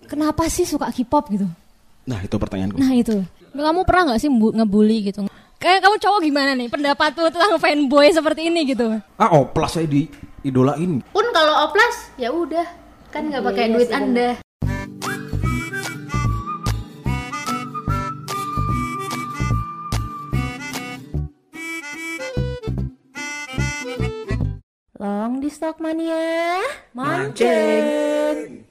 kenapa sih suka K-pop gitu? Nah itu pertanyaanku. Nah itu, kamu pernah nggak sih ngebully gitu? Kayak kamu cowok gimana nih pendapat lu tentang fanboy seperti ini gitu? Oplas saya diidolain. Pun kalau oplas ya udah, kan nggak pakai duit Anda. Long di Stock Mania mancing.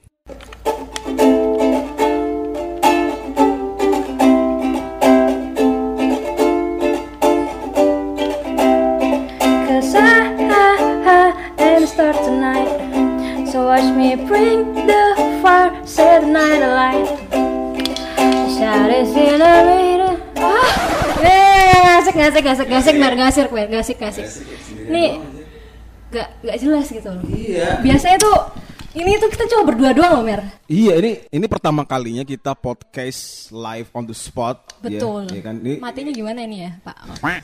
Cause I and start tonight. So watch me bring the fire, set the night alight. Shout it in the radio. Gasik. Nih gak jelas gitu loh. Iya. Biasanya tuh ini tuh kita cuma berdua doang loh, Mer. Iya, ini pertama kalinya kita podcast live on the spot. Betul. Ya kan? Matinya gimana ini ya, Pak?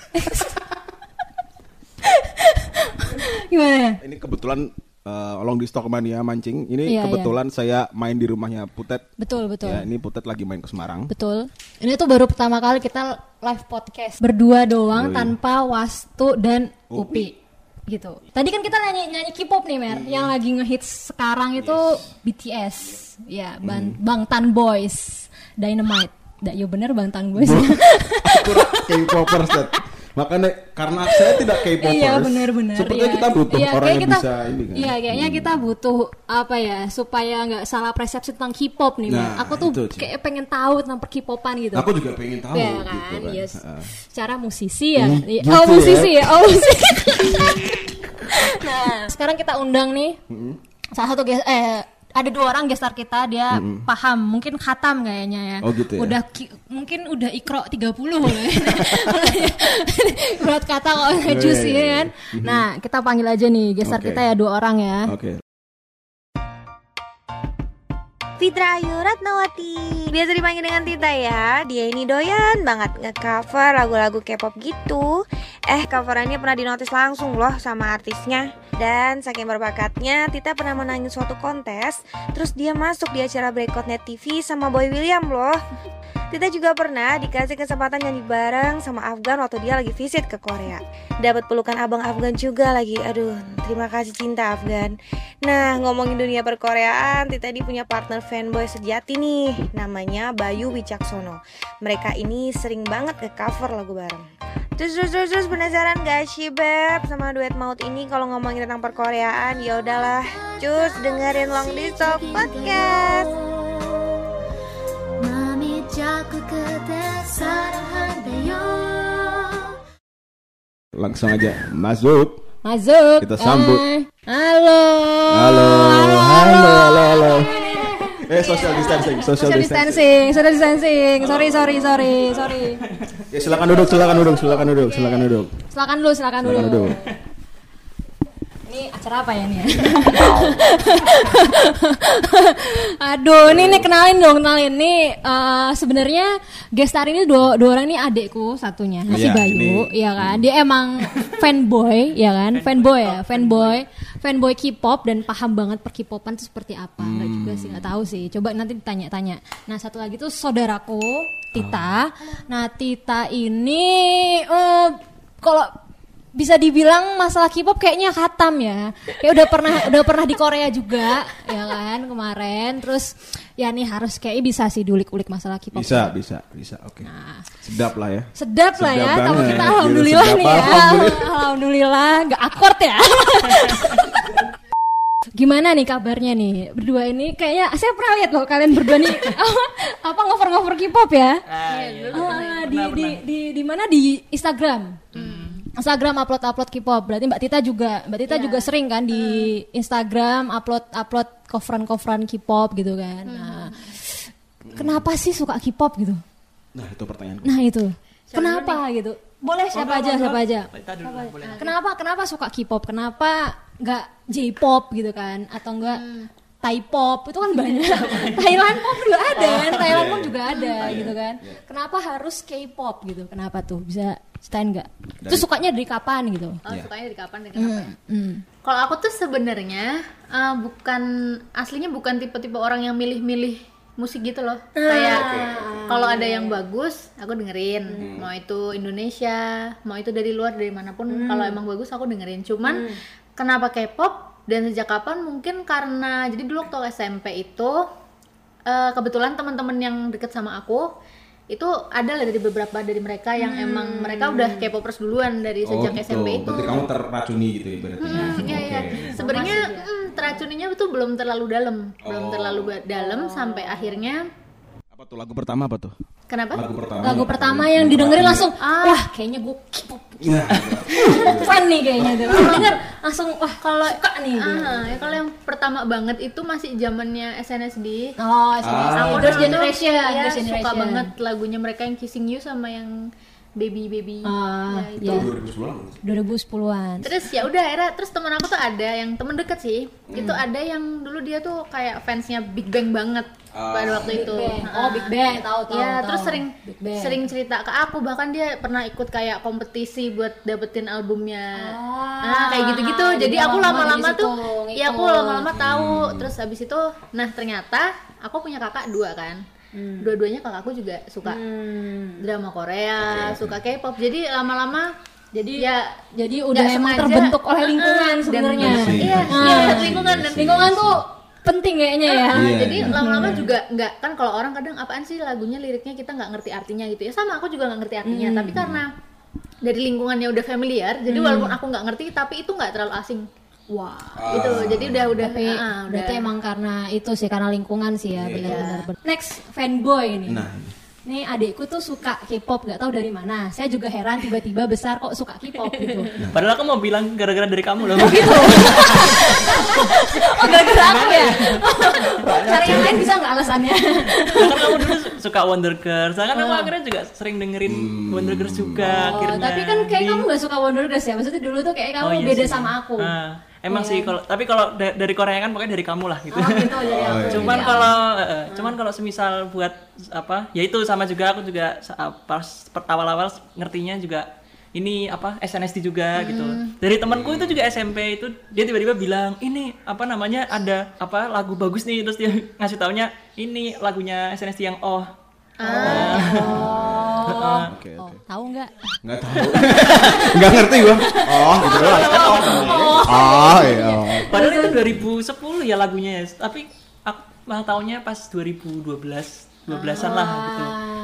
Gimana? Ini kebetulan Long di Stock Mania mancing. Ini kebetulan saya main di rumahnya Putet. Betul. Ya, ini Putet lagi main ke Semarang. Betul. Ini tuh baru pertama kali kita live podcast berdua doang tanpa Wastu dan Upi. Gitu. Tadi kan kita nyanyi K-pop nih, Mer. Yang lagi ngehits sekarang itu BTS. Ya, Bangtan Boys, Dynamite. Ya bener Bangtan Boys. Kurang K-popers, Dad. Makanya karena saya tidak K-popers. Iya, benar. Sepertinya kita butuh orang yang bisa ini kan. Iya, kayaknya kita butuh apa ya, supaya enggak salah persepsi tentang K-pop nih, Mer. Aku tuh kayak pengen tahu tentang per-K-popan gitu. Aku juga pengen tahu ya, kan? gitu kan. Yes. Secara musisi ya. Gitu musisi ya. Musisi. Nah, sekarang kita undang nih salah satu ada 2 orang gestar kita, dia paham, mungkin khatam kayaknya ya. Oh gitu ya. Udah mungkin udah Iqra 30 berat kata kok ngejus ya kan. Nah, kita panggil aja nih gestar kita ya 2 orang ya. Oke. Fitra Ayu Ratnawati, biasa dipanggil dengan Tita ya. Dia ini doyan banget nge-cover lagu-lagu K-pop gitu. Coverannya pernah dinotis langsung loh sama artisnya. Dan saking berbakatnya, Tita pernah menangin suatu kontes. Terus dia masuk di acara Breakout Net TV sama Boy William loh. Tita juga pernah dikasih kesempatan nyanyi bareng sama Afgan waktu dia lagi visit ke Korea. Dapat pelukan abang Afgan juga lagi. Aduh, terima kasih cinta Afgan. Nah, ngomongin dunia perkoreaan, Tita di punya partner fanboy sejati nih, namanya Bayu Wicaksono. Mereka ini sering banget nge-cover lagu bareng. Terus penasaran gak sih Beb sama duet maut ini kalau ngomongin tentang perkoreaan? Ya udahlah, cus dengerin Long di Stock Podcast. Langsung aja masuk. Kita sambut. Halo. Social distancing. Sorry. Ya silakan duduk. Silakan dulu. Ini acara apa ya nih? Aduh, ini kenalin dong. Nih sebenarnya gestar ini dua orang ini adekku satunya, si Bayu, ya kan. Dia emang fanboy, ya kan? Fanboy K-pop dan paham banget per K-popan itu seperti apa. Enggak juga sih, enggak tahu sih. Coba nanti ditanya-tanya. Nah, satu lagi tuh saudaraku, Tita. Nah, Tita ini kalau bisa dibilang masalah K-pop kayaknya khatam ya. Kayak udah pernah di Korea juga, ya kan, kemarin. Terus ya nih harus kayak bisa sih diulik-ulik masalah K-pop. Bisa. Oke. Nah, Sedap lah ya. Tamu kita alhamdulillah nih ya. Alhamdulillah, enggak akord ya. Gimana nih kabarnya nih berdua ini? Kayaknya saya pernah lihat loh kalian berdua nih apa ngover K-pop ya? Di mana di Instagram? Instagram upload K-pop. Berarti Mbak Tita juga sering kan di Instagram upload coveran K-pop gitu kan. Nah, kenapa sih suka K-pop gitu? Nah, itu pertanyaanku. Nah, itu. Kenapa gitu? Boleh siapa aja. Kenapa suka K-pop? Kenapa enggak J-pop gitu kan? Atau enggak Thai pop, itu kan banyak. Thailand pop juga ada kan? Thailand pop juga ada gitu kan. Kenapa harus K-pop gitu? Kenapa tuh? Bisa ceritain enggak? Itu sukanya dari kapan gitu? Sukanya dari kapan ya? Kalau aku tuh sebenarnya bukan tipe-tipe orang yang milih-milih musik gitu loh. Kayak kalau ada yang bagus aku dengerin. Mau itu Indonesia, mau itu dari luar, dari manapun, kalau emang bagus aku dengerin. Cuman kenapa K-pop dan sejak kapan? Mungkin karena jadi dulu waktu SMP itu kebetulan teman-teman yang deket sama aku itu ada lah dari beberapa dari mereka yang emang mereka udah K-popers duluan dari sejak SMP itu. Berarti kamu terracuni gitu ya berarti. Iya. Sebenarnya teracuninya itu belum terlalu dalam sampai akhirnya. Apa tuh lagu pertama apa tuh? Kenapa? Lagu pertama yang didengerin langsung wah kayaknya gue K-pop. Fun nih kayaknya tuh. Denger langsung wah kalau suka nih. Ya kalau yang pertama banget itu masih zamannya SNSD. Aku Girls' Generation. Ya, suka banget lagunya mereka yang Kissing You sama yang Baby. Ya. 2010-an. Terus ya udah akhirnya terus teman aku tuh ada yang temen deket sih. Itu ada yang dulu dia tuh kayak fansnya Big Bang banget pada waktu itu. Big Bang, tahu. Ya, terus sering cerita ke aku, bahkan dia pernah ikut kayak kompetisi buat dapetin albumnya. Kayak gitu-gitu. Jadi aku lama-lama tuh ya aku lama-lama tahu. Terus habis itu ternyata aku punya kakak 2 kan. Dua-duanya kakakku juga suka drama Korea, suka K-pop. Jadi lama-lama jadi udah emang terbentuk oleh lingkungan sebenarnya. Iya, lingkungan tuh penting kayaknya ya. Jadi lama-lama juga nggak kan kalau orang kadang apaan sih lagunya liriknya kita nggak ngerti artinya gitu ya. Sama aku juga nggak ngerti artinya. Tapi karena dari lingkungannya udah familiar, jadi walaupun aku nggak ngerti tapi itu nggak terlalu asing. Wah, gitu. Jadi udah berarti emang karena itu sih, karena lingkungan sih ya, benar-benar. Next, fanboy ini. Nih adikku tuh suka K-pop, nggak tahu dari mana. Saya juga heran tiba-tiba besar kok suka K-pop gitu. Padahal aku mau bilang gara-gara dari kamu loh. Gitu. Gara-gara aku ya. Cari yang lain bisa nggak alasannya? Kan kamu dulu suka Wonder Girls, kan aku akhirnya juga sering dengerin Wonder Girls juga. Akhirnya. Tapi kan kayak kamu nggak suka Wonder Girls ya? Maksudnya dulu tuh kayak kamu beda sama aku. Emang sih kalau dari Korea kan pokoknya dari kamu lah gitu. Jadi aku. Cuman kalau semisal buat apa? Ya itu sama juga aku juga pas awal-awal ngertinya juga ini apa SNSD juga gitu. Dari temanku itu juga SMP itu dia tiba-tiba bilang, "Ini apa namanya ada apa lagu bagus nih." Terus dia ngasih taunya ini lagunya SNSD yang Oke. Tahu nggak? Nggak tahu. Nggak ngerti gua. Gitu doang. Iya. Padahal itu 2010 ya lagunya ya. Tapi aku malah taunya pas 2012-an lah gitu.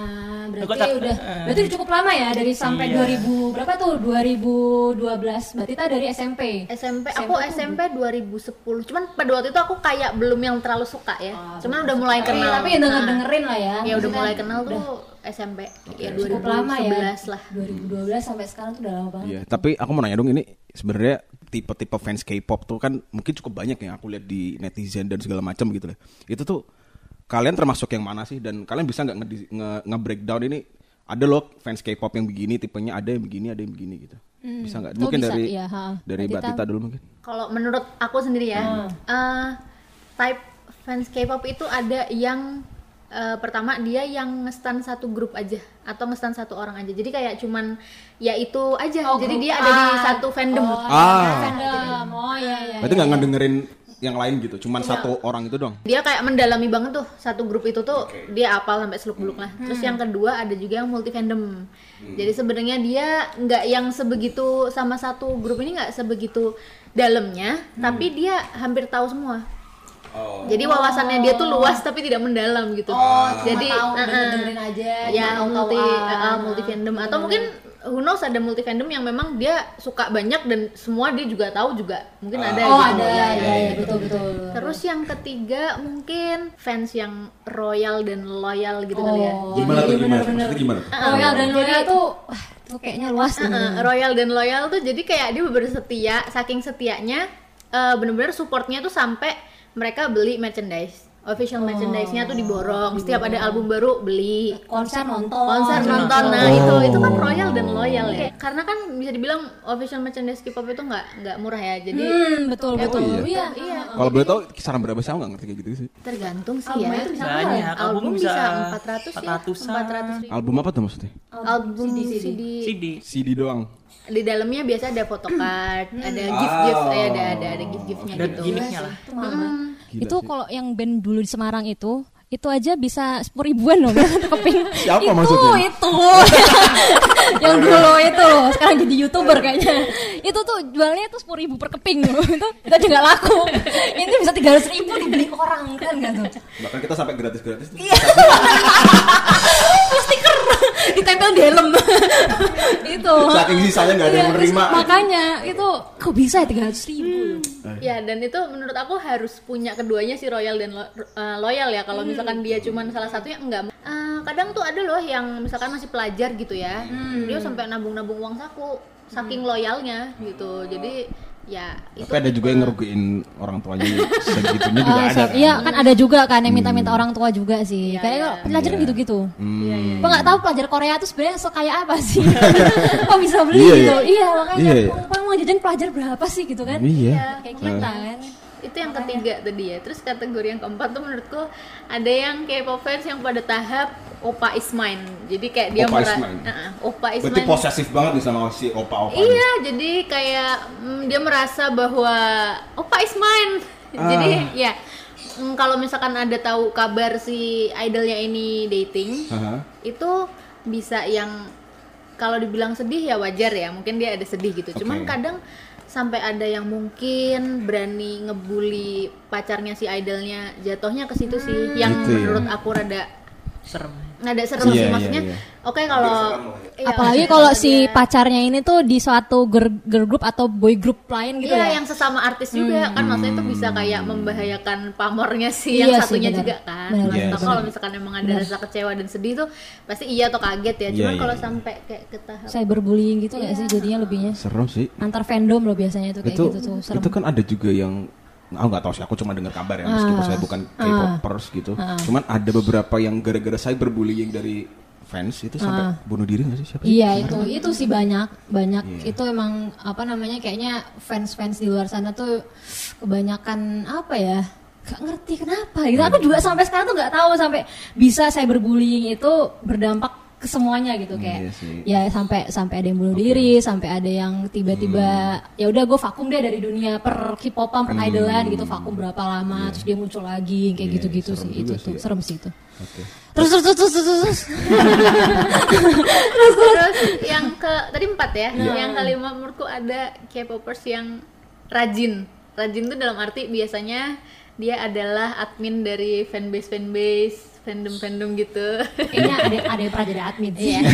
Berarti cukup lama ya dari sampai 2000 berapa tuh 2012 berarti kita dari SMP. Aku SMP 2010. Cuman pada waktu itu aku kayak belum yang terlalu suka ya. Cuman udah mulai kenal. Tapi dengerin lah ya. Ya udah mulai kenal tuh SMP. Ya 2011 lama ya. lah. 2012 sampai sekarang tuh udah lama banget. Iya, tapi aku mau nanya dong, ini sebenarnya tipe-tipe fans K-pop tuh kan mungkin cukup banyak yang aku lihat di netizen dan segala macam gitu lah. Itu tuh kalian termasuk yang mana sih, dan kalian bisa nggak nge-breakdown ini ada loh fans K-pop yang begini tipenya, ada yang begini gitu. Bisa nggak? Mungkin bisa, dari Mbak Tita dulu mungkin. Kalau menurut aku sendiri ya, type fans K-pop itu ada yang pertama dia yang nge-stan satu grup aja atau nge-stan satu orang aja. Jadi kayak cuman ya itu aja. Jadi dia ada di satu fandom. Fandom. Berarti nggak ngedengerin yang lain gitu, cuman satu orang itu dong. Dia kayak mendalami banget tuh satu grup itu tuh, dia apal sampai seluk-beluknya. Terus yang kedua ada juga yang multi fandom. Jadi sebenarnya dia nggak yang sebegitu sama satu grup ini, nggak sebegitu dalamnya, tapi dia hampir tahu semua. Jadi wawasannya dia tuh luas tapi tidak mendalam gitu. Jadi dengerin aja. Ya multi fandom atau mungkin who knows ada multi fandom yang memang dia suka banyak dan semua dia juga tahu juga mungkin ada gitu. Ya, betul. Terus yang ketiga mungkin fans yang royal dan loyal gitu kali ya. Gimana tuh? Maksudnya gimana? Royal dan loyal tuh tuh kayaknya luas. Royal dan loyal tuh jadi kayak dia bener-bener setia, saking setianya bener-bener supportnya tuh sampai mereka beli merchandise. Official merchandise-nya tuh diborong. Setiap ada album baru beli. Konser nonton. Nah, itu kan royal dan loyal ya. Karena kan bisa dibilang official merchandise K-pop itu nggak murah ya. Jadi betul. Iya. Kalau boleh tahu kisaran berapa sih? Aku nggak ngerti kayak gitu sih. Tergantung sih ya. Banyak. Album bisa 400 ya. Album apa tuh maksudnya? Album CD doang. Di dalamnya biasa ada photocard, ada gift-gift, ada gift-giftnya dan gitu. gimmicknya lah. Itu kalau yang band dulu di Semarang itu itu aja bisa 10.000-an loh keping. Siapa itu, maksudnya? Itu yang dulu itu loh, sekarang jadi YouTuber kayaknya. Itu tuh jualnya tuh 10.000 per keping loh. Itu kita juga laku. Ini bisa 300.000 dibeli orang kan nggak tuh? Bahkan kita sampai gratis-gratis. Iya. Stiker ditempel di helm. Itu. Saking sisanya nggak ada yang menerima. Makanya itu kok bisa 300.000? Ya, dan itu menurut aku harus punya keduanya sih, royal dan loyal ya. Kalau misalkan dia cuman salah satunya enggak. Kadang tuh ada loh yang misalkan masih pelajar gitu ya. Dia sampai nabung-nabung uang saku saking loyalnya gitu. Jadi ya itu. Tapi ada juga yang ngerugiin orang tuanya segitunya juga ada. Iya kan ada juga kan yang minta-minta orang tua juga sih. Iya, Kayak iya. pelajaran gitu-gitu. Iya. Kok nggak tahu pelajar Korea tuh sebenarnya sekaya apa sih? Kok bisa beli Iya, gitu? iya. Iya makanya Iya, iya. mau jajan pelajar berapa sih gitu kan? Iya. Kayak kita kan. Itu yang ketiga tadi ya. Terus kategori yang keempat tuh menurutku ada yang K-pop fans yang pada tahap Oppa is mine. Jadi kayak dia Oppa is mine. Oppa is Berarti mine. posesif banget nih sama si opa-opa. Iya, jadi kayak dia merasa bahwa Oppa is mine. Jadi ya kalau misalkan ada tahu kabar si idolnya ini dating, itu bisa yang kalau dibilang sedih ya wajar ya, mungkin dia ada sedih gitu. Cuman kadang sampai ada yang mungkin berani ngebully pacarnya si idolnya, jatuhnya ke situ sih yang gitu ya. menurut aku rada serem. serem sih, maksudnya. Oke, kalau Apalagi kalau si pacarnya ini tuh di suatu girl group atau boy group lain gitu iya, ya. yang sesama artis juga kan, maksudnya itu bisa kayak membahayakan pamornya si yang Iya sih, satunya benar. juga kan. Benar, Yes. Atau kalau misalkan emang ada rasa kecewa dan sedih tuh pasti iya atau kaget ya. Cuman Iya, kalau iya. sampai kayak ke tahap Cyberbullying gitu nggak sih jadinya lebihnya? Serem sih. Antar fandom loh biasanya itu kayak Itu gitu tuh. Serem. itu kan ada juga yang aku nggak tahu sih, aku cuma dengar kabar ya, meskipun saya bukan K-popers gitu. Cuman ada beberapa yang gara-gara cyberbullying dari fans itu sampai bunuh diri nggak sih, siapa sih? Iya itu sih banyak itu emang apa namanya kayaknya fans di luar sana tuh kebanyakan apa ya, gak ngerti kenapa gitu. Aku juga sampai sekarang tuh nggak tahu sampai bisa cyberbullying itu berdampak ke semuanya gitu kayak Iya sih. ya sampai ada yang bunuh diri, sampai ada yang tiba-tiba ya udah gue vakum deh dari dunia per K-popan, per idolan gitu, vakum berapa lama terus dia muncul lagi kayak gitu-gitu serem sih. juga Itu tuh sih ya. serem sih itu. Oke. Terus Terus yang ke tadi 4 ya. Yang kelima menurutku ada K-popers yang rajin. Rajin tuh dalam arti biasanya dia adalah admin dari fanbase fandom gitu. Kayaknya ada yang pernah jadi admin sih. Iya.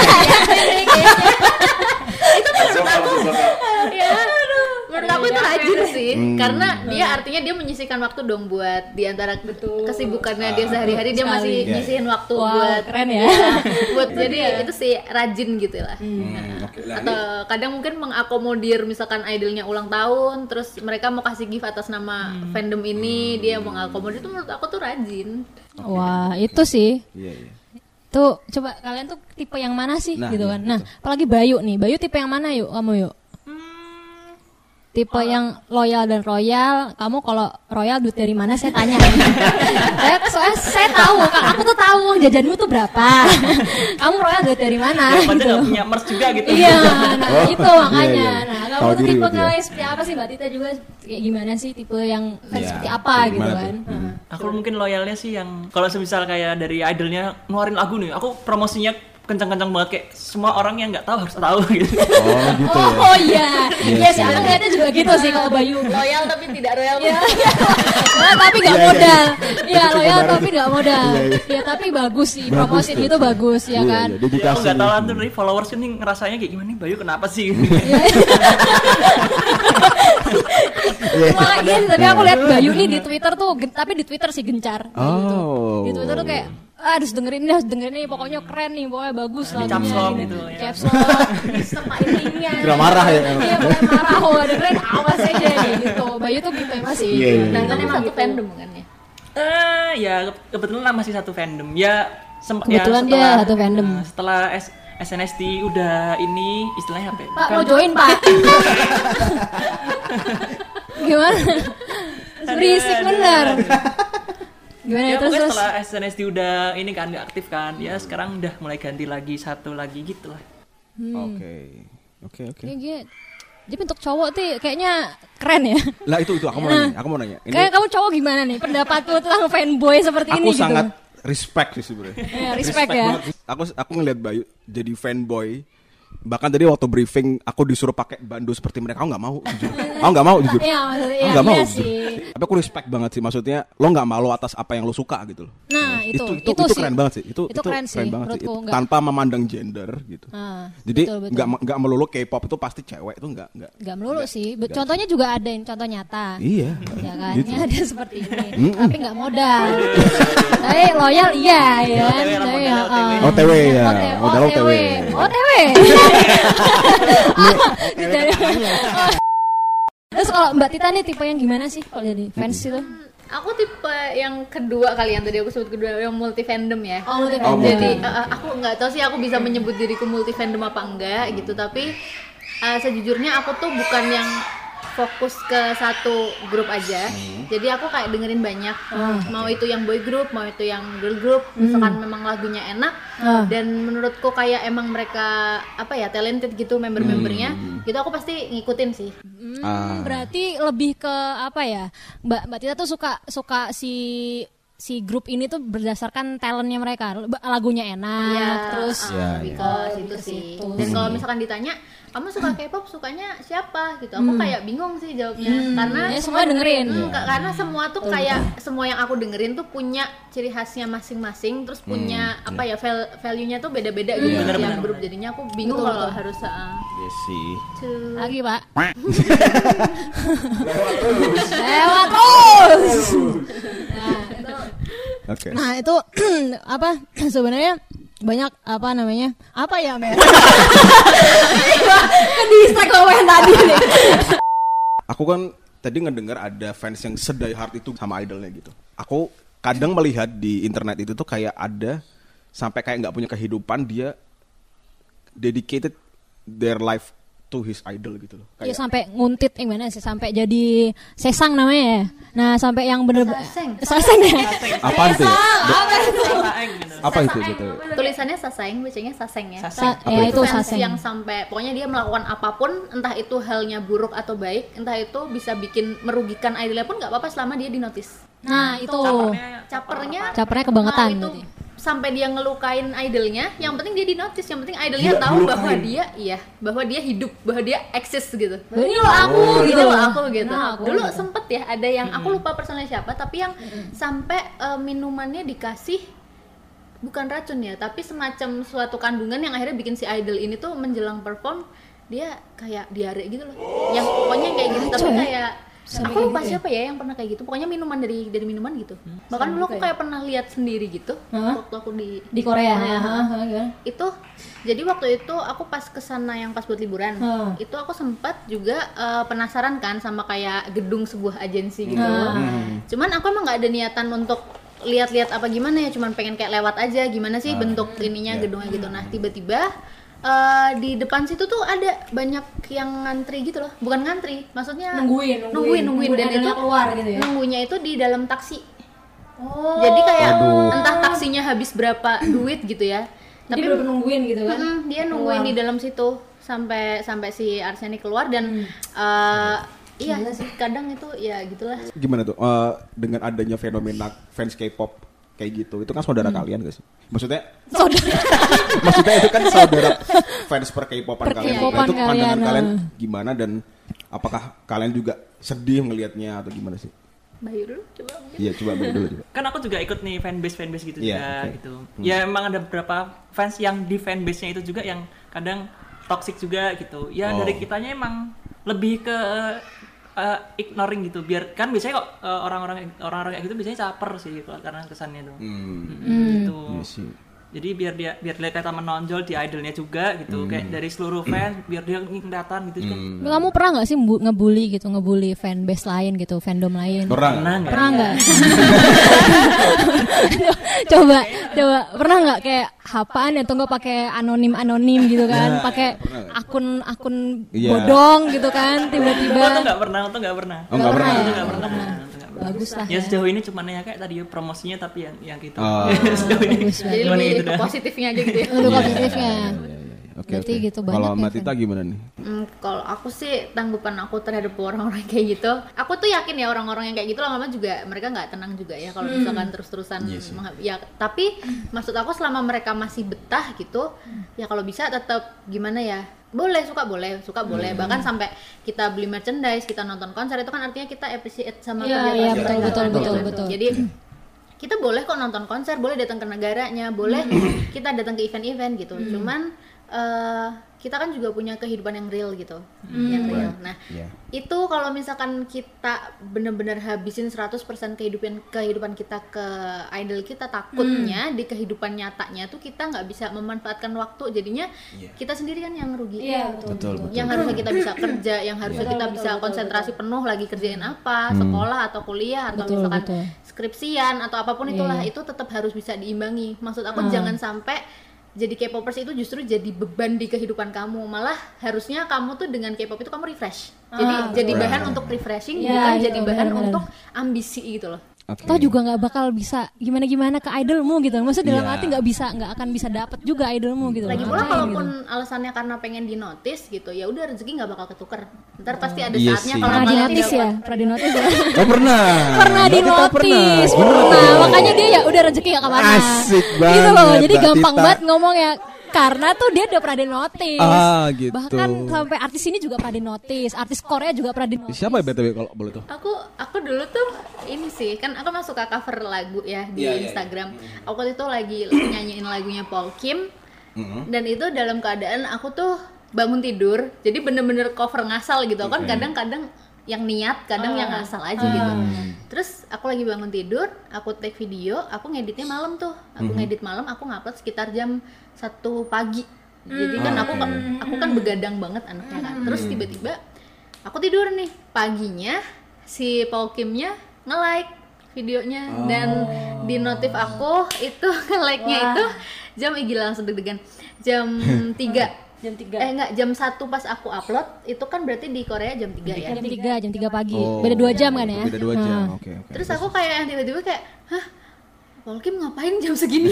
Ya, menurut aku itu rajin sih, karena dia artinya dia menyisihkan waktu dong buat di antara kesibukannya dia sehari-hari dia masih Iya. nyisihin waktu Wow, buat keren ya. buat jadi itu sih rajin gitu lah. Oke lah. Atau kadang mungkin mengakomodir misalkan idolnya ulang tahun, terus mereka mau kasih gift atas nama fandom ini, dia mengakomodir, itu menurut aku tuh rajin. Wah, itu sih. Iya. Tuh, coba kalian tuh tipe yang mana sih Nah, gitu iya, kan. Nah, apalagi Bayu nih. Bayu tipe yang mana yuk kamu yuk? Tipe yang loyal dan royal. Kamu kalau royal duit dari mana saya tanya. Soalnya saya tahu, kan aku tuh tahu jajanmu tuh berapa. Kamu royal duit dari mana Ya, padahal gitu. nggak punya merch juga gitu. Iya, nah itu makanya. iya. Nah, Tahu kamu tuh diri tipe berarti ya? kalian seperti apa sih Mbak Tita juga kayak gimana sih tipe yang fans Iya, seperti apa kayak gitu gimana kan? tuh? Nah. Aku mungkin loyalnya sih yang kalau semisal kayak dari idolnya ngeluarin lagu nih, aku promosinya kencang-kencang banget kayak semua orang yang nggak tahu harus tahu gitu. Oh gitu ya. Oh iya, iya sih iya. aku lihatnya juga gitu sih kalau Bayu. Loyal tapi tidak royal. Iya, iya. Tapi nggak modal. Iya loyal tapi nggak modal. Iya tapi bagus sih, Bagus promosi tuh. itu bagus ya kan. Iya, Ya, aku dedikasi. nggak tahu tuh dari followers ini ngerasanya kayak gimana nih, Bayu kenapa sih? Wah iya sih, tapi aku lihat Bayu nih di Twitter tuh, tapi di Twitter sih gencar. Gitu. Oh. Di Twitter tuh kayak harus dengerin ini, pokoknya keren nih, pokoknya bagus Di lagunya caps lock gitu. gitu, ya. Caps lock, sama ininya. Kira marah ya. Iya, pokoknya marah, dengerin awas aja gitu. Bayu tuh gitu emang sih. Iya, iya, Dan iya. kan emang satu fandom kan ya. Ya kebetulan masih satu fandom. Ya Kebetulan dia satu fandom. Setelah SNSD udah ini istilahnya apa? Ya? Pak mau join Pak. Gimana? Berisik bener. Gimana Ya terus? pokoknya setelah SNSD udah ini kan nggak aktif kan, ya sekarang udah mulai ganti lagi satu lagi gitu lah. Oke. Ya, Jadi untuk cowok tuh kayaknya keren ya. Lah itu aku mau nanya. Ini kayak kamu cowok gimana nih pendapatmu tentang fanboy seperti ini aku gitu? sangat respect sih sebenarnya. Ya, respect ya. Banget. Aku ngeliat Bayu jadi fanboy. Bahkan tadi waktu briefing aku disuruh pakai bando seperti mereka, aku nggak mau jujur. Aku nggak mau jujur. Iya, Aku nggak mau iya jujur. sih. Tapi aku respect banget sih, maksudnya lo nggak malu atas apa yang lo suka gitu loh. Nah, itu itu sih. keren banget sih. Itu keren sih, banget sih. menurutku, enggak. Tanpa memandang gender gitu. Jadi betul. nggak melulu K-pop itu pasti cewek itu nggak melulu sih. Contohnya juga ada yang contoh nyata. Iya. Ya kan, Gitu. ada seperti ini. Tapi nggak modal. Tapi loyal iya ya. OTW ya. Modal OTW. OTW. Terus kalau Mbak Tita nih tipe yang gimana sih kalau jadi fans itu? Aku tipe yang kedua kali yang tadi aku sebut kedua, yang multi fandom ya. Oh, multi fandom. Jadi aku nggak tahu sih aku bisa menyebut diriku multi fandom apa enggak gitu, tapi sejujurnya aku tuh bukan yang fokus ke satu grup aja. Jadi aku kayak dengerin banyak. Mau itu yang boy group, mau itu yang girl group. Misalkan memang lagunya enak dan menurutku kayak emang mereka talented gitu member-membernya, gitu aku pasti ngikutin sih. Berarti lebih ke apa ya? Mbak Tita tuh suka si grup ini tuh berdasarkan talentnya mereka, lagunya enak, terus lebih ke situ sih. Dan kalau misalkan ditanya, kamu suka K-pop, sukanya siapa gitu, aku kayak bingung sih jawabnya, karena ya, semua dengerin. Karena semua tuh kayak semua yang aku dengerin tuh punya ciri khasnya masing-masing, terus punya value-nya tuh beda-beda gitu tiap grup, jadinya aku bingung kalau harus Iya sih. Lagi Pak. Lewat terus. Oke. Nah itu apa sebenarnya banyak apa ya Mer? Kan distract sama yang tadi nih. Aku kan tadi ngedengar ada fans yang sedih hard itu sama idolnya gitu. Aku kadang melihat di internet itu tuh kayak ada sampai kayak nggak punya kehidupan, dia dedicated their life to his idol gitu loh. Iya sampai nguntit gimana sih, sampai jadi sesang namanya ya. Nah sampai yang bener-bener sesang ya. Apaan tuh? Apa itu gitu? Tulisannya sasaeng, bacanya saseng ya. Ya itu fans saseng. yang sampai pokoknya dia melakukan apapun, entah itu halnya buruk atau baik, entah itu bisa bikin merugikan idolnya pun nggak apa-apa selama dia dinotis. Nah itu Capernya kebangetan itu berarti. sampai dia ngelukain idolnya, yang penting dia dinotis, yang penting idolnya tahu bahwa dia hidup, bahwa dia eksis gitu. Ini lo aku gitu. Ini lo aku gitu. Nah, aku Dulu gitu. sempet ya ada yang aku lupa personalnya siapa, tapi yang sampai minumannya dikasih bukan racun ya, tapi semacam suatu kandungan yang akhirnya bikin si idol ini tuh menjelang perform dia kayak diare gitu loh. Yang pokoknya kayak gitu, tapi kayak aku lupa siapa ya yang pernah kayak gitu. Pokoknya minuman dari minuman gitu. Bahkan dulu aku kayak pernah lihat sendiri gitu waktu aku di Korea ya. Itu jadi waktu itu aku pas kesana yang pas buat liburan, itu aku sempat juga penasaran kan sama kayak gedung sebuah agensi gitu. Cuman aku emang nggak ada niatan untuk lihat-lihat apa gimana ya, cuman pengen kayak lewat aja gimana sih bentuk ininya gedungnya gitu. Nah tiba-tiba di depan situ tuh ada banyak yang ngantri gitu loh, bukan ngantri, maksudnya nungguin dan itu keluar gitu ya. nunggunya itu di dalam taksi. Jadi kayak entah taksinya habis berapa duit gitu ya. Tapi bener nungguin gitu kan. Dia nungguin di dalam situ sampai si Arseni keluar dan iya sih kadang itu ya gitulah. Gimana tuh dengan adanya fenomena fans K-pop kayak gitu, itu kan saudara kalian gak sih? Maksudnya itu kan saudara fans per K-popan kalian. Nah, itu pandangan kalian gimana, dan apakah kalian juga sedih ngelihatnya atau gimana sih? Bayu dulu coba mungkin. Iya coba Bayu dulu coba. Kan aku juga ikut nih fanbase gitu juga okay. gitu. Ya emang ada beberapa fans yang di fanbase-nya itu juga yang kadang toxic juga gitu. Ya dari kitanya emang lebih ke ignoring gitu, biar kan biasanya kok orang-orang kayak gitu biasanya caper sih gitu, karena kesannya tuh gitu. Yes, jadi biar dia kelihatan menonjol di idolnya juga gitu, kayak dari seluruh fans biar dia kelihatan gitu kan. Kamu pernah nggak sih ngebully fanbase lain gitu, fandom lain? Pernah nggak? coba pernah nggak kayak hapaan atau nggak pakai anonim gitu kan, pakai akun bodong gitu kan, tiba-tiba. Aku nggak pernah. Bagus lah. Ya sejauh ini cuma ya kayak tadi promosinya, tapi yang gitu. Jadi lebih ke positifnya aja gitu ya. Untuk positifnya. Oke. Berarti gitu banyak. Kalau Mbak Tita gimana nih? Kalau aku sih tanggapan aku terhadap orang-orang kayak gitu, aku tuh yakin ya orang-orang yang kayak gitu lama-lama juga mereka nggak tenang juga ya kalau misalkan terus-terusan ya. Tapi maksud aku selama mereka masih betah gitu, ya kalau bisa tetap gimana ya, boleh suka boleh bahkan sampai kita beli merchandise, kita nonton konser itu kan artinya kita appreciate sama kerja betul. Jadi kita boleh kok nonton konser, boleh datang ke negaranya, boleh kita datang ke event-event gitu. Cuman kita kan juga punya kehidupan yang real gitu, yang real. Nah, itu kalau misalkan kita benar-benar habisin 100% kehidupan kita ke idol kita, takutnya di kehidupan nyatanya tuh kita nggak bisa memanfaatkan waktu, jadinya kita sendiri kan yang rugi. Betul. Yang harusnya kita bisa kerja, yang harusnya kita bisa konsentrasi penuh lagi kerjain apa, sekolah atau kuliah atau misalkan skripsian atau apapun itulah, itu tetap harus bisa diimbangi. Maksud aku jangan sampai jadi K-popers itu justru jadi beban di kehidupan kamu, malah harusnya kamu tuh dengan K-pop itu kamu refresh. Jadi bahan untuk refreshing, bukan jadi bahan untuk ambisi gitu loh. Toh juga nggak bakal bisa gimana ke idolmu gitu. Maksudnya dalam arti nggak akan bisa dapet juga idolmu gitu. Lagi pula kalaupun alasannya karena pengen dinotis gitu, ya udah rezeki nggak bakal ketuker. Ntar pasti ada saatnya kalau pernah dinotis ya. Oh pernah dinotis. Makanya dia ya udah rezeki nggak kemana. Asik banget. Gitu loh. Jadi gampang banget ngomong ya. Karena tuh dia udah pernah dinotis. Gitu. Bahkan sampai artis ini juga pernah dinotis, artis Korea juga pernah dinotis. Siapa ya BTW kalau boleh tuh? Aku dulu tuh ini sih, kan aku suka cover lagu ya di Instagram. Aku itu lagi nyanyiin lagunya Paul Kim. Dan itu dalam keadaan aku tuh bangun tidur. Jadi bener-bener cover ngasal gitu. Kan kadang-kadang yang niat, kadang yang ngasal aja gitu. Terus aku lagi bangun tidur, aku take video, aku ngeditnya malam tuh. Aku ngedit malam, aku ngupload sekitar jam 1 pagi. Jadi kan aku kan begadang banget anaknya kan. Terus tiba-tiba aku tidur nih, paginya si Paul Kimnya nge-like videonya dan di notif aku itu nge-like-nya itu jam gila langsung deg-degan. Jam 3. Jam 1 pas aku upload itu kan berarti di Korea jam 3 ya. Jam 3 pagi. Beda 2 jam kan ya? Beda 2 jam. Oke. Terus aku kayak tiba-tiba kayak, "Hah? Paul Kim ngapain jam segini?"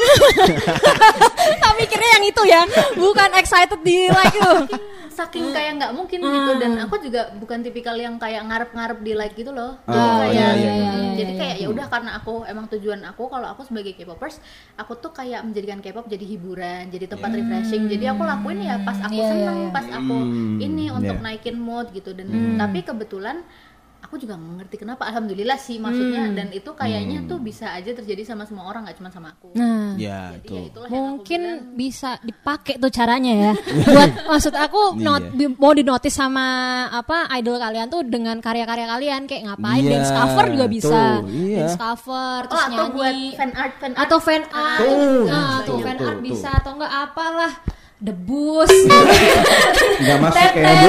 Tak mikirnya yang itu ya, bukan excited di like lu. Saking kayak nggak mungkin gitu, dan aku juga bukan tipikal yang kayak ngarep-ngarep di like gitu loh. Jadi kayak ya udah, karena aku emang tujuan aku kalau aku sebagai K-popers, aku tuh kayak menjadikan K-pop jadi hiburan, jadi tempat refreshing. Jadi aku lakuin ya pas aku seneng, pas aku ini untuk naikin mood gitu. Dan tapi kebetulan aku juga nggak ngerti kenapa, alhamdulillah sih maksudnya, dan itu kayaknya tuh bisa aja terjadi sama semua orang, nggak cuma sama aku. Nah, jadi ya itulah yang mungkin bisa dipakai tuh caranya ya. Buat maksud aku mau dinotis sama apa idol kalian tuh dengan karya-karya kalian, kayak ngapain dance cover juga bisa. Dance cover terus atau nyanyi buat fan art atau fan art. Fan art bisa atau enggak apalah. Debus nggak masuk kayak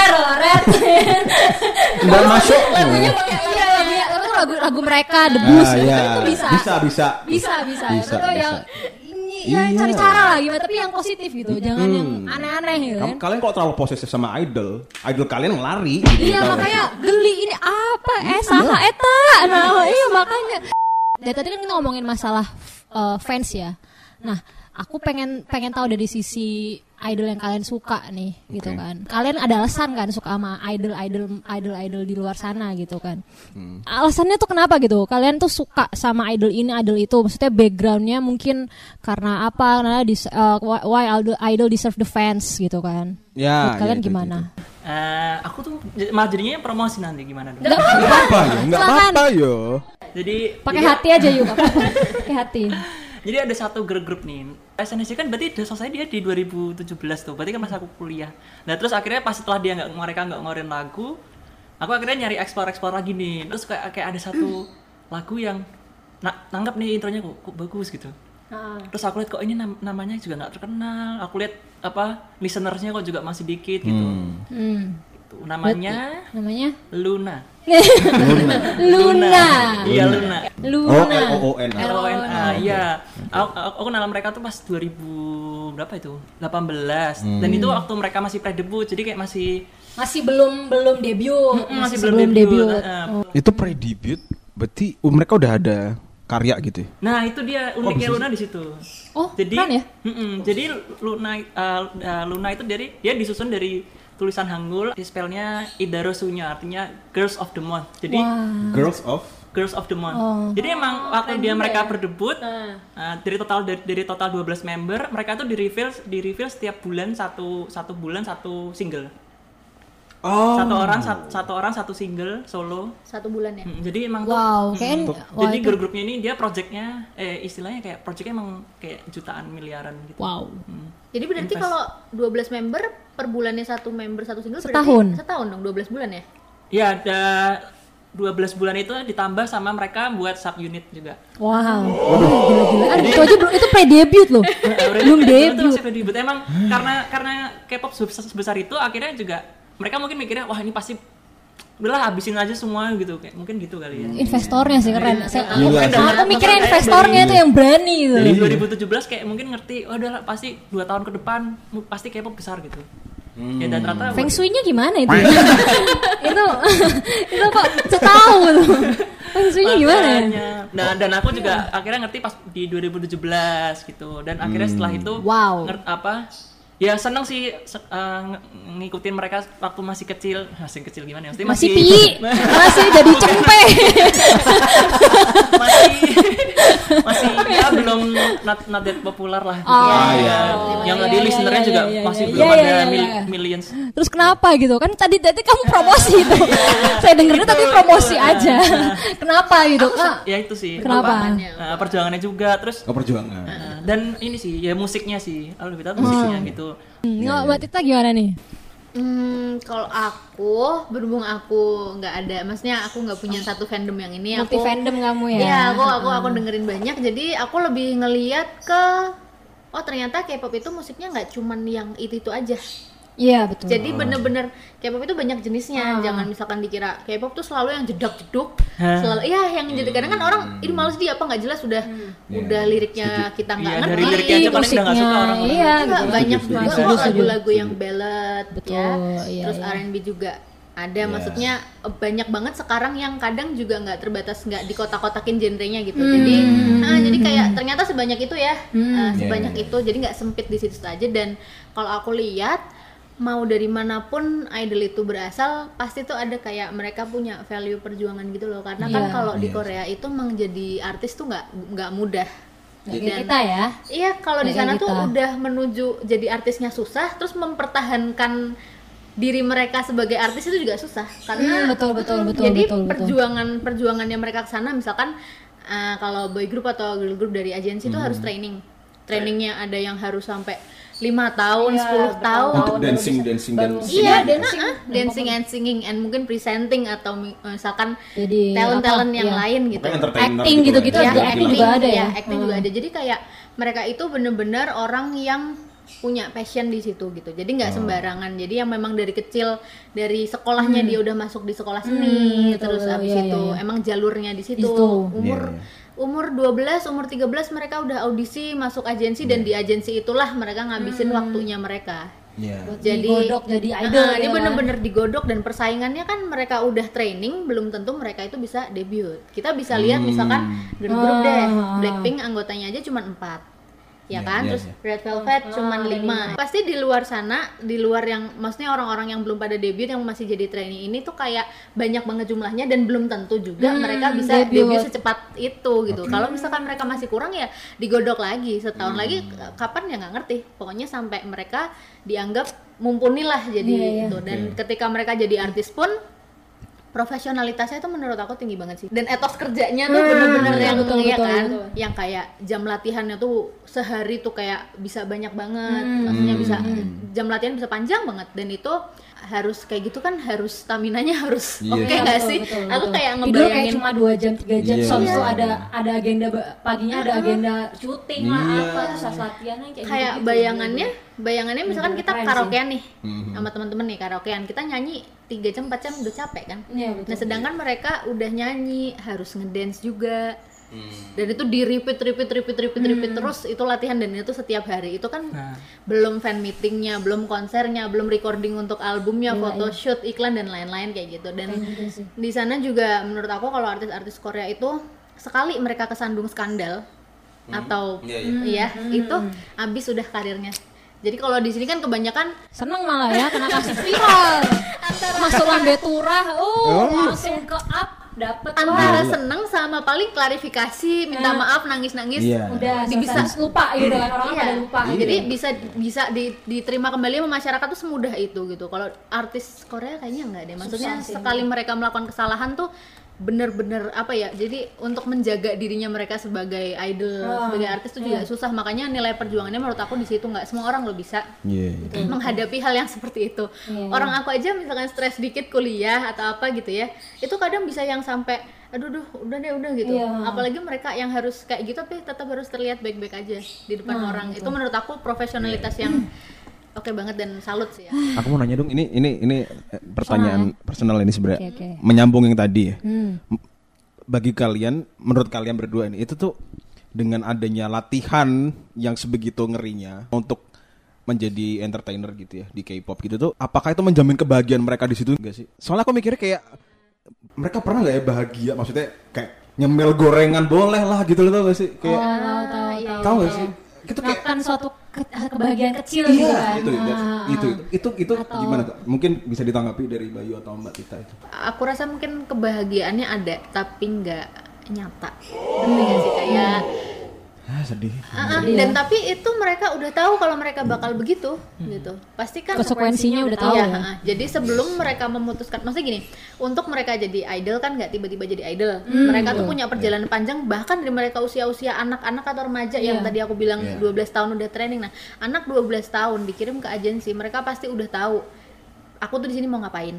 nggak masuk lagunya lagu mereka Debus itu bisa itu yang cari cara lah gimana, tapi yang positif gitu, jangan yang aneh-aneh gitu kan. Kalian kalau terlalu posesif sama idol kalian lari gitu. Iya makanya geli ini apa saha eta. Nah iya makanya dari tadi kan kita ngomongin masalah fans ya. Nah aku pengen tahu dari sisi idol yang kalian suka nih, gitu kan. Kalian ada alasan kan suka sama idol di luar sana gitu kan. Alasannya tuh kenapa gitu? Kalian tuh suka sama idol ini, idol itu. Maksudnya backgroundnya mungkin karena apa? Karena why idol deserve the fans gitu kan. Ya. Menurut kalian gimana? Aku tuh malah jadinya promosi nanti gimana dong? Nggak apa-apa yo. Jadi pakai hati aja yuk, pakai hati. Jadi ada satu grup nih, SNSD kan berarti udah selesai dia di 2017 tuh, berarti kan pas aku kuliah. Nah terus akhirnya pas setelah mereka nggak ngeluarin lagu, aku akhirnya nyari explore lagi nih. Terus kayak ada satu lagu yang nanggap nih intronya kok bagus gitu. Terus aku lihat kok ini namanya juga nggak terkenal. Aku lihat listenersnya kok juga masih dikit gitu. Itu namanya Luna. Luna. Iya Luna. Luna. Iya. Aku kenal mereka tuh pas 2000 berapa itu? 18. Dan itu waktu mereka masih pre-debut. Jadi kayak masih belum debut. Masih belum debut. Itu pre-debut berarti mereka udah ada karya gitu. Nah, itu dia uniknya Luna di situ. Oh, jadi keren ya? Jadi Luna itu dia disusun dari tulisan Hangul, spellnya Idaro Sunya, artinya Girls of the Month. Jadi Girls of the Month. Jadi emang waktu mereka berdebut dari total 12 member, mereka tuh di reveal setiap bulan satu bulan satu single. Satu orang satu single solo 1 bulan ya. Jadi emang jadi grup-grupnya ini dia projectnya istilahnya kayak projectnya emang kayak jutaan miliaran gitu. Jadi berarti kalau 12 member per bulannya 1 member 1 single setahun dong 12 bulan ya? Iya, ada 12 bulan itu ditambah sama mereka buat sub unit juga. Gila-gilaan. Itu aja itu pre-debut loh. Belum debut. Emang karena K-pop sebesar itu akhirnya juga mereka mungkin mikirnya wah ini pasti udahlah habisin aja semua gitu, kayak mungkin gitu kali ya. Investornya sih keren. Aku mikirnya investornya itu yang berani gitu. Dari 2017 kayak mungkin ngerti udahlah pasti 2 tahun ke depan pasti K-pop besar gitu. Ya dan ternyata Feng Shui-nya gimana itu? itu kok setahu tuh. Feng Shui-nya gimana ya? Nah, dan aku juga akhirnya ngerti pas di 2017 gitu. Dan akhirnya setelah itu ya seneng sih ngikutin mereka waktu masih kecil gimana ya? Masih piyi, masih jadi cempe. masih ya belum not that popular lah. Yang di listenernya juga masih belum ada millions. Terus kenapa gitu? Kan tadi kamu promosi tuh. Saya dengernya tadi promosi aja. Kenapa gitu? Ya itu sih. Kenapa? Perjuangannya juga terus. Perjuangan. Dan ini sih ya musiknya sih. Kalau lebih tahu musiknya gitu. Mbak Tita gimana nih? Kalau aku berhubung aku nggak ada, maksudnya aku nggak punya satu fandom yang ini. Multi fandom kamu ya? Iya, aku dengerin banyak. Jadi aku lebih ngeliat ke ternyata K-pop itu musiknya nggak cuman yang itu aja. Iya betul. Jadi bener-bener K-pop itu banyak jenisnya. Jangan misalkan dikira K-pop tuh selalu yang jedak-jeduk, selalu yang jadi kadang kan orang ini males dia apa nggak jelas udah liriknya kita nggak ngerti. Dari liriknya aja paling udah nggak suka orang. Iya, banyak juga lagu-lagu yang ballad ya. Terus R&B juga ada, maksudnya banyak banget sekarang yang kadang juga nggak terbatas, nggak dikotak-kotakin genrenya gitu. Jadi kayak ternyata sebanyak itu ya, sebanyak itu. Jadi nggak sempit di situ aja. Dan kalau aku lihat mau dari manapun idol itu berasal pasti tuh ada kayak mereka punya value perjuangan gitu loh, karena kan kalau di Korea itu emang jadi artis tuh nggak mudah. Dan kita ya. Iya, kalau di sana tuh udah menuju jadi artisnya susah, terus mempertahankan diri mereka sebagai artis itu juga susah karena betul. Jadi perjuangannya mereka ke sana, misalkan kalau boy group atau girl group dari agensi itu harus trainingnya ada yang harus sampai 5 tahun, 10 tahun untuk dancing dan dancing and singing and mungkin presenting atau misalkan talent yang lain gitu, acting gitu-gitu ya, acting juga ada ya, acting juga ada. Jadi kayak mereka itu bener-bener orang yang punya passion di situ gitu. Jadi nggak sembarangan. Jadi yang memang dari kecil, dari sekolahnya dia udah masuk di sekolah seni, terus abis itu emang jalurnya di situ. Umur 12, umur 13 mereka udah audisi masuk agensi dan di agensi itulah mereka ngabisin waktunya mereka. Jadi digodok jadi idol. Ini bener-bener digodok dan persaingannya kan mereka udah training, belum tentu mereka itu bisa debut. Kita bisa lihat misalkan girl group deh, Blackpink anggotanya aja cuma 4. Terus Red Velvet cuman 5. Pasti di luar sana, di luar yang maksudnya orang-orang yang belum pada debut yang masih jadi trainee ini tuh kayak banyak banget jumlahnya dan belum tentu juga mereka bisa debut secepat itu gitu. Kalau misalkan mereka masih kurang ya digodok lagi setahun lagi, kapan ya nggak ngerti. Pokoknya sampai mereka dianggap mumpuni lah jadi itu. Dan ketika mereka jadi artis pun profesionalitasnya itu menurut aku tinggi banget sih, dan etos kerjanya tuh bener-bener yang betul. Yang kayak jam latihannya tuh sehari tuh kayak bisa banyak banget, maksudnya bisa jam latihan bisa panjang banget, dan itu harus kayak gitu kan, harus staminanya harus oke nggak sih? Betul. Aku kayak ngebayangin tidur kayak cuma 2 jam 3 jam, soalnya tuh ada agenda paginya, ada agenda syuting lah apa, terus latihannya kayak gitu. Bayangannya misalkan kita karaokean nih sama teman-teman nih, karaokean kita nyanyi 3 jam 4 jam udah capek kan. Nah sedangkan mereka udah nyanyi harus ngedance juga. Dan itu di repeat terus, itu latihan dan itu setiap hari. Itu kan belum fan meetingnya, belum konsernya, belum recording untuk albumnya, photoshoot, iklan dan lain-lain kayak gitu. Dan di sana juga menurut aku kalau artis-artis Korea itu sekali mereka kesandung skandal atau itu habis udah karirnya. Jadi kalau di sini kan kebanyakan seneng malah ya kena kasih viral. Masuk lambe turah, langsung ke up dapet antara seneng sama paling klarifikasi, minta maaf, nangis-nangis, udah bisa lupa gitu kan, orang pada lupa. Jadi bisa diterima kembali sama masyarakat tuh semudah itu gitu. Kalau artis Korea kayaknya enggak deh. Maksudnya sekali mereka melakukan kesalahan tuh bener-bener apa ya, jadi untuk menjaga dirinya mereka sebagai idol, sebagai artis tuh juga susah. Makanya nilai perjuangannya menurut aku di situ, nggak semua orang lo bisa gitu, menghadapi hal yang seperti itu. Orang aku aja misalkan stres dikit kuliah atau apa gitu ya, itu kadang bisa yang sampai aduh udah gitu. Apalagi mereka yang harus kayak gitu tapi tetap harus terlihat baik-baik aja di depan orang. Itu menurut aku profesionalitas yang oke banget dan salut sih ya. Aku mau nanya dong, ini pertanyaan personal ini sebenarnya. Menyambung yang tadi ya. Bagi kalian, menurut kalian berdua ini, itu tuh dengan adanya latihan yang sebegitu ngerinya untuk menjadi entertainer gitu ya di K-pop gitu tuh, apakah itu menjamin kebahagiaan mereka di situ enggak sih? Soalnya aku mikirnya kayak mereka pernah nggak ya bahagia? Maksudnya kayak nyemil gorengan boleh lah gitu loh, tau gak sih? Kayak tahu gak sih? Itu kayak kan suatu kebahagiaan kecil gitu kan. Itu gimana tuh? Mungkin bisa ditanggapi dari Bayu atau Mbak Tita itu. Aku rasa mungkin kebahagiaannya ada tapi nggak nyata. Ngerti nggak sih kayak sedih. Dan tapi itu mereka udah tahu kalau mereka bakal begitu gitu. Pasti kan konsekuensinya udah tahu. Jadi sebelum mereka memutuskan, maksudnya gini, untuk mereka jadi idol kan nggak tiba-tiba jadi idol. Mereka tuh punya perjalanan panjang, bahkan dari mereka usia-usia anak-anak atau remaja yang tadi aku bilang 12 tahun udah training. Nah, anak 12 tahun dikirim ke agensi, mereka pasti udah tahu aku tuh di sini mau ngapain.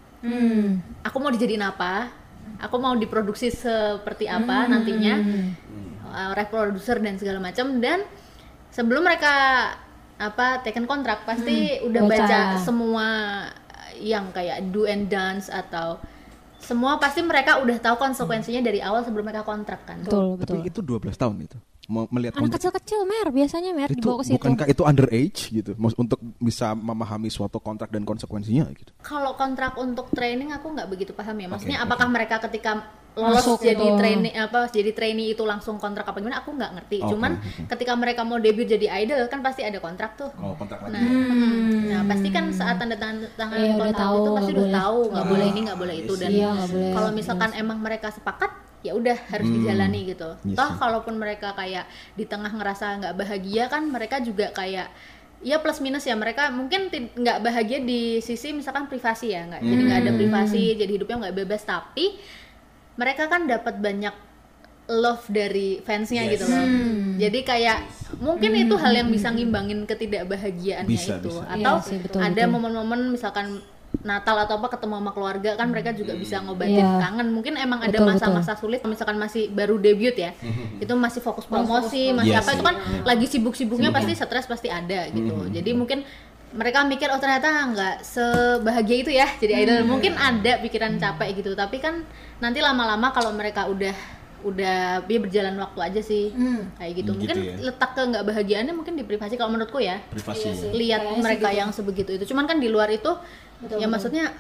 Aku mau dijadiin apa? Aku mau diproduksi seperti apa nantinya. Reproducer dan segala macam, dan sebelum mereka taken kontrak pasti udah baca semua yang kayak do and dance atau semua, pasti mereka udah tahu konsekuensinya dari awal sebelum mereka kontrak kan. Betul. Tapi itu 12 tahun itu. Melihat anak kecil-kecil biasanya dibawa ke situ. Bukankah itu underage gitu untuk bisa memahami suatu kontrak dan konsekuensinya gitu? Kalau kontrak untuk training aku nggak begitu paham ya. Maksudnya apakah mereka ketika lolos jadi training jadi trainee itu langsung kontrak apa gimana, aku nggak ngerti. Cuman ketika mereka mau debut jadi idol kan pasti ada kontrak tuh. Kontrak lagi. Nah pasti kan saat tanda tangan kontrak itu pasti udah tahu nggak boleh ini nggak boleh itu, dan kalau misalkan emang mereka sepakat ya udah harus dijalani gitu. Toh kalaupun mereka kayak di tengah ngerasa nggak bahagia kan, mereka juga kayak ya plus minus ya, mereka mungkin nggak bahagia di sisi misalkan privasi ya, nggak jadi nggak ada privasi, jadi hidupnya nggak bebas, tapi mereka kan dapat banyak love dari fansnya gitu loh. Jadi kayak mungkin itu hal yang bisa ngimbangin ketidakbahagiaannya itu. Atau ada momen-momen misalkan Natal atau apa ketemu sama keluarga kan, mereka juga bisa ngobatin kangen. Mungkin emang ada masa-masa sulit, misalkan masih baru debut ya, itu masih fokus promosi, masih apa itu kan lagi sibuk-sibuknya, pasti stres pasti ada gitu. Jadi mungkin mereka mikir ternyata nggak sebahagia itu ya jadi idol. Mungkin ada pikiran capek gitu, tapi kan nanti lama-lama kalau mereka udah berjalan waktu aja sih kayak gitu. Mungkin letak ke nggak bahagiaannya mungkin di privasi kalau menurutku ya. Privasi. Lihat mereka yang sebegitu itu. Cuman kan di luar itu maksudnya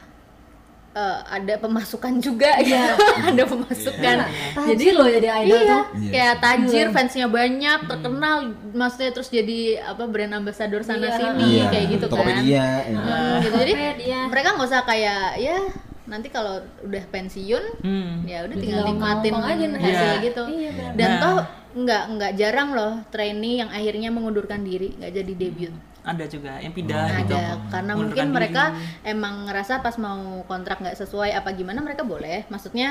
ada pemasukan juga ya. Ada pemasukan. Jadi loh jadi idol tuh. Kayak tajir, fansnya banyak, terkenal, maksudnya terus jadi brand ambassador sana sini kayak gitu kan. Gitu. Jadi mereka nggak usah kayak ya nanti kalau udah pensiun ya udah tinggal nikmatin hasil gitu. Dan toh nggak jarang loh trainee yang akhirnya mengundurkan diri, nggak jadi debut. Ada juga yang pindah gitu. Ada, karena mungkin mereka emang ngerasa pas mau kontrak nggak sesuai apa gimana, mereka boleh. Maksudnya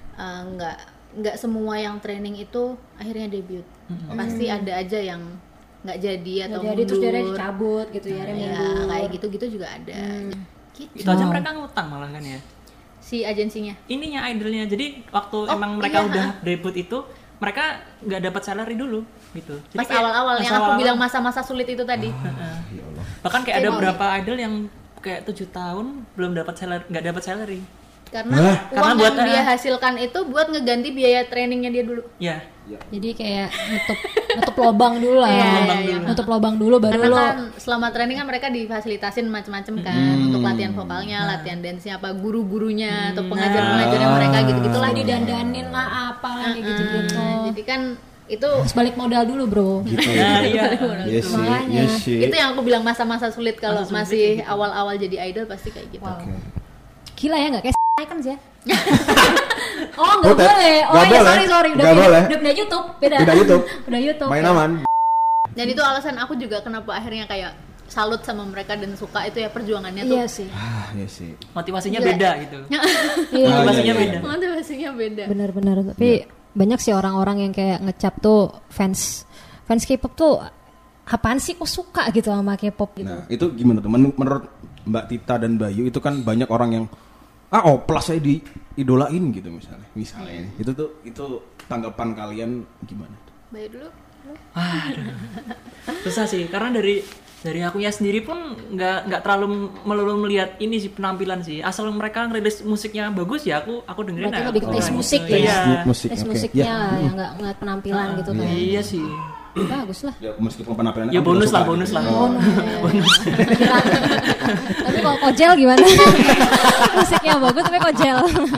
nggak semua yang training itu akhirnya debut. Pasti ada aja yang nggak jadi atau mundur. Terus dia cabut gitu ya, kayak gitu juga ada. Gitu. Itu aja mereka ngutang malah kan ya. Si agensinya. Ininya idolnya. Jadi waktu emang mereka udah debut itu, mereka nggak dapat salary dulu gitu. Jadi pas awal-awal yang aku bilang masa-masa sulit itu tadi. Bahkan kayak ada beberapa idol yang kayak 7 tahun belum dapat salary, nggak dapat salary. Karena uang yang dia hasilkan itu buat ngeganti biaya trainingnya dia dulu. Iya. Jadi kayak nutup lobang dulu lah. Nutup lobang dulu baru karena kan selama training kan mereka difasilitasin macam-macam kan, untuk latihan vokalnya, latihan dance-nya, apa guru-gurunya atau pengajar-pengajarnya mereka gitu-gitu lah, didandanin lah apa kayak gitu-gitu. Jadi kan itu Harus balik modal dulu bro. Gitu. Iya sih, Makanya. iya sih. itu yang aku bilang masa-masa sulit kalau Masa sulit masih gitu. awal-awal jadi idol pasti kayak gitu. Wow. Oke. Gila ya nggak kayak icons ya? Oh nggak Udah, boleh. Oh nggak ya boleh. sorry udah Nggak beda. boleh. Udah YouTube beda. Udah YouTube. Udah YouTube. Main ya. aman. Dan itu alasan aku juga kenapa akhirnya kayak salut sama mereka dan suka itu ya perjuangannya tuh. Iya sih. Iya sih. Motivasinya Gila. beda gitu. Iya. Motivasinya iya, beda. Motivasinya beda. Benar-benar. Tapi banyak sih orang-orang yang kayak ngecap tuh fans K-pop tuh apaan sih kok suka gitu sama K-pop gitu. Nah, itu gimana tuh? Menurut Mbak Tita dan Bayu itu kan banyak orang yang oplas saya diidolain gitu misalnya. Misalnya itu tanggapan kalian gimana? Baik dulu. Susah sih karena dari akunya sendiri pun nggak terlalu melulu melihat ini sih penampilan sih, asal mereka ngerilis musiknya bagus ya aku dengerin. Berarti ya. lebih ke taste musik ya. Iya. Musik, Taste oke. musiknya Ya. lah yang nggak ngeliat penampilan gitu kan. Iya sih. Bagus lah. Ya meskipun penampilannya Ya kan bonus juga lah, suka bonus gitu. lah. Bonus. Tapi kalau kojel gimana? Musiknya bagus tapi kojel.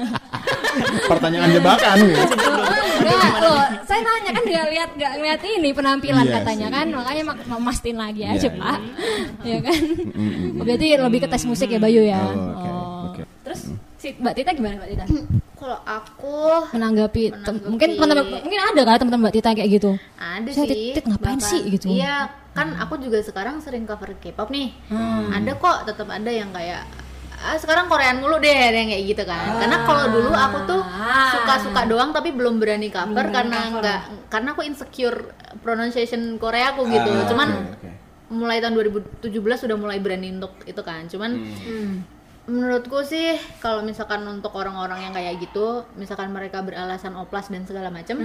Pertanyaan jebakan gitu. Enggak loh, saya nanya kan nggak ngeliat ini penampilan Iya katanya sih. kan, makanya mastiin lagi aja Iya, Pak. Ya kan? Berarti lebih ke tes musik ya Bayu ya. Oh, oke. Terus si Mbak Tita gimana Mbak Tita? Kalau aku Menanggapi mungkin teman-teman mungkin ada kan teman-teman Mbak Tita kayak gitu. ada Saya sih. Tit ngapain bahkan- sih gitu? Iya, kan aku juga sekarang sering cover K-pop nih. Ada kok, tetap ada yang kayak sekarang Korean mulu deh ada yang kayak gitu kan. Karena kalau dulu aku tuh suka-suka doang tapi belum berani cover karena aku insecure pronunciation Korea aku gitu. Cuman Oke. mulai tahun 2017 sudah mulai berani untuk itu kan. Cuman menurutku sih kalau misalkan untuk orang-orang yang kayak gitu, misalkan mereka beralasan oplas dan segala macam,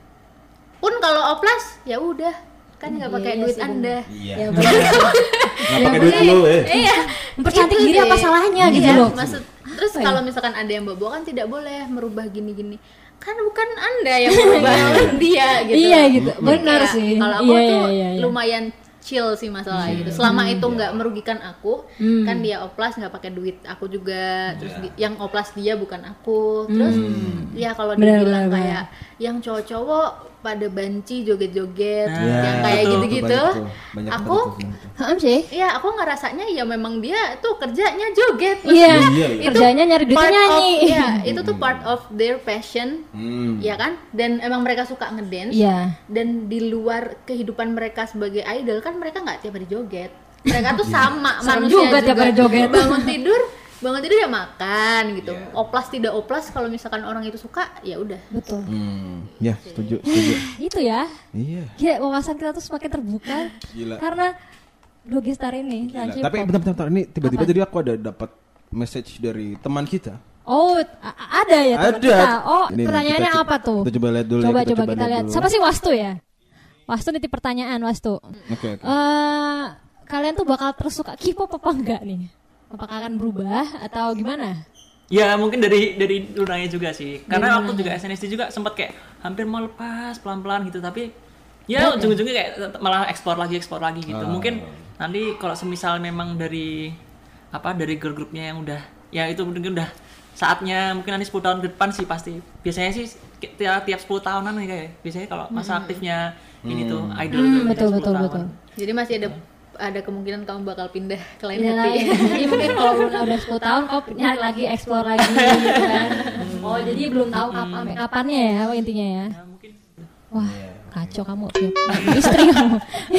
pun kalau oplas ya udah kan nggak pakai Iya duit sih, Anda. Iya. Ya benar. Nggak pakai duit lu Iya, Mempercantik itu diri sih. apa salahnya gitu Iya, loh. Maksud terus Apa ya? kalau misalkan ada yang bawa kan tidak boleh merubah gini-gini. Kan bukan Anda yang merubah dia gitu. Iya gitu. Benar Kayak, sih. Kalau aku Iya, tuh iya, iya. lumayan chill sih masalah gitu. Selama itu nggak merugikan aku, kan dia oplas nggak pakai duit aku juga. Terus yang oplas dia bukan aku. Terus ya kalau Benar, dibilang benar, kayak yang cowok-cowok pada banci joget-joget, Iya, yang kayak betul. gitu-gitu, Banyak tuh, banyak aku banget tuh. Heeh sih. ya aku ngerasanya ya memang dia tuh kerjanya joget. Iya. Iya. Kerjanya nyari duitnya part nyanyi. of, ya, itu tuh part of their passion, ya kan? Dan emang mereka suka ngedance. Iya. Dan di luar kehidupan mereka sebagai idol kan mereka nggak tiap hari joget. Mereka tuh sama Serem manusia juga tiap hari joget. Bangun tidur ya makan gitu. Oplas tidak oplas kalau misalkan orang itu suka ya udah. Betul. Ya, setuju. Itu ya. Iya. Ya wawasan kita tuh semakin terbuka. Gila. Karena dua gestar ini tentang Gila. Tapi K-pop. bentar, ini tiba-tiba Apa? tadi aku ada dapat message dari teman kita. Oh, ada ya teman Ada. kita. Oh, Ini, pertanyaannya kita apa tuh? kita coba lihat dulu ya, Coba kita coba coba kita lihat lihat. dulu. Siapa sih Wastu ya? Wastu nitip pertanyaan Wastu. Oke. Kalian tuh bakal terus suka K-pop apa enggak nih? Apakah akan berubah atau gimana? Ya mungkin dari Lunanya juga sih. Karena waktu juga SNSD juga sempat kayak hampir mau lepas pelan-pelan gitu, tapi ya ujung-ujungnya kayak malah ekspor lagi gitu. Mungkin nanti kalau semisal memang dari girl groupnya yang udah ya itu mungkin udah saatnya, mungkin nanti 10 tahun ke depan sih pasti. Biasanya sih tiap 10 tahunan nih kayak. Biasanya kalau masa aktifnya ini tuh idol tuh Betul tiap 10 betul tahun. betul. Jadi masih ada kemungkinan kamu bakal pindah ke lain Iya, hati. jadi mungkin kalau Luna udah 10 tahun kau nyari lagi, explore lagi gitu kan. Oh, jadi belum tahu kapannya ya intinya ya. Wah, kacau kamu istri kamu.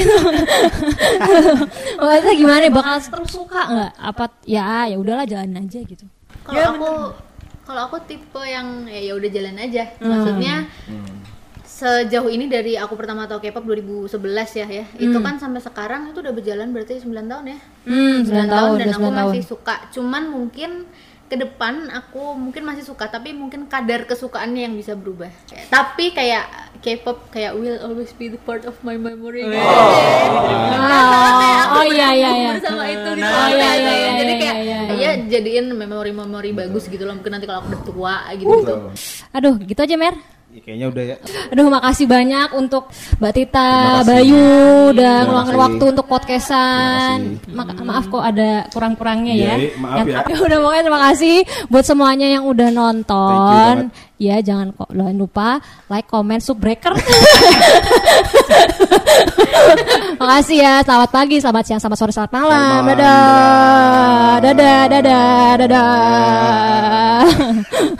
Wah, itu gimana? Bakal terus suka nggak? Apa ya udahlah jalan aja gitu. Kalau aku tipe yang ya udah jalan aja. Maksudnya sejauh ini dari aku pertama tahu K-pop 2011 ya. Itu kan sampai sekarang itu udah berjalan berarti 9 tahun ya. 9 tahun dan udah aku 9 tahun. masih suka. Cuman mungkin ke depan aku mungkin masih suka, tapi mungkin kadar kesukaannya yang bisa berubah. Tapi kayak K-pop kayak will always be the part of my memory. Oh iya. Sama itu gitu. Oh, iya, Jadi kayak iya. ya jadiin memori-memori bagus gitu loh. Mungkin nanti kalau aku udah tua gitu. Aduh, gitu aja Mer. Kayaknya udah ya. Aduh, makasih banyak untuk Mbak Tita, Terima kasih. Bayu udah Terima ngeluangin kasih. waktu untuk podcastan. Maaf kok ada kurang-kurangnya ya. Iya, maaf ya. Udah, pokoknya terima kasih buat semuanya yang udah nonton. Ya, jangan lupa like, comment, subbreaker. Makasih ya. Selamat pagi, selamat siang, selamat sore, selamat malam. Dadah. Dadah.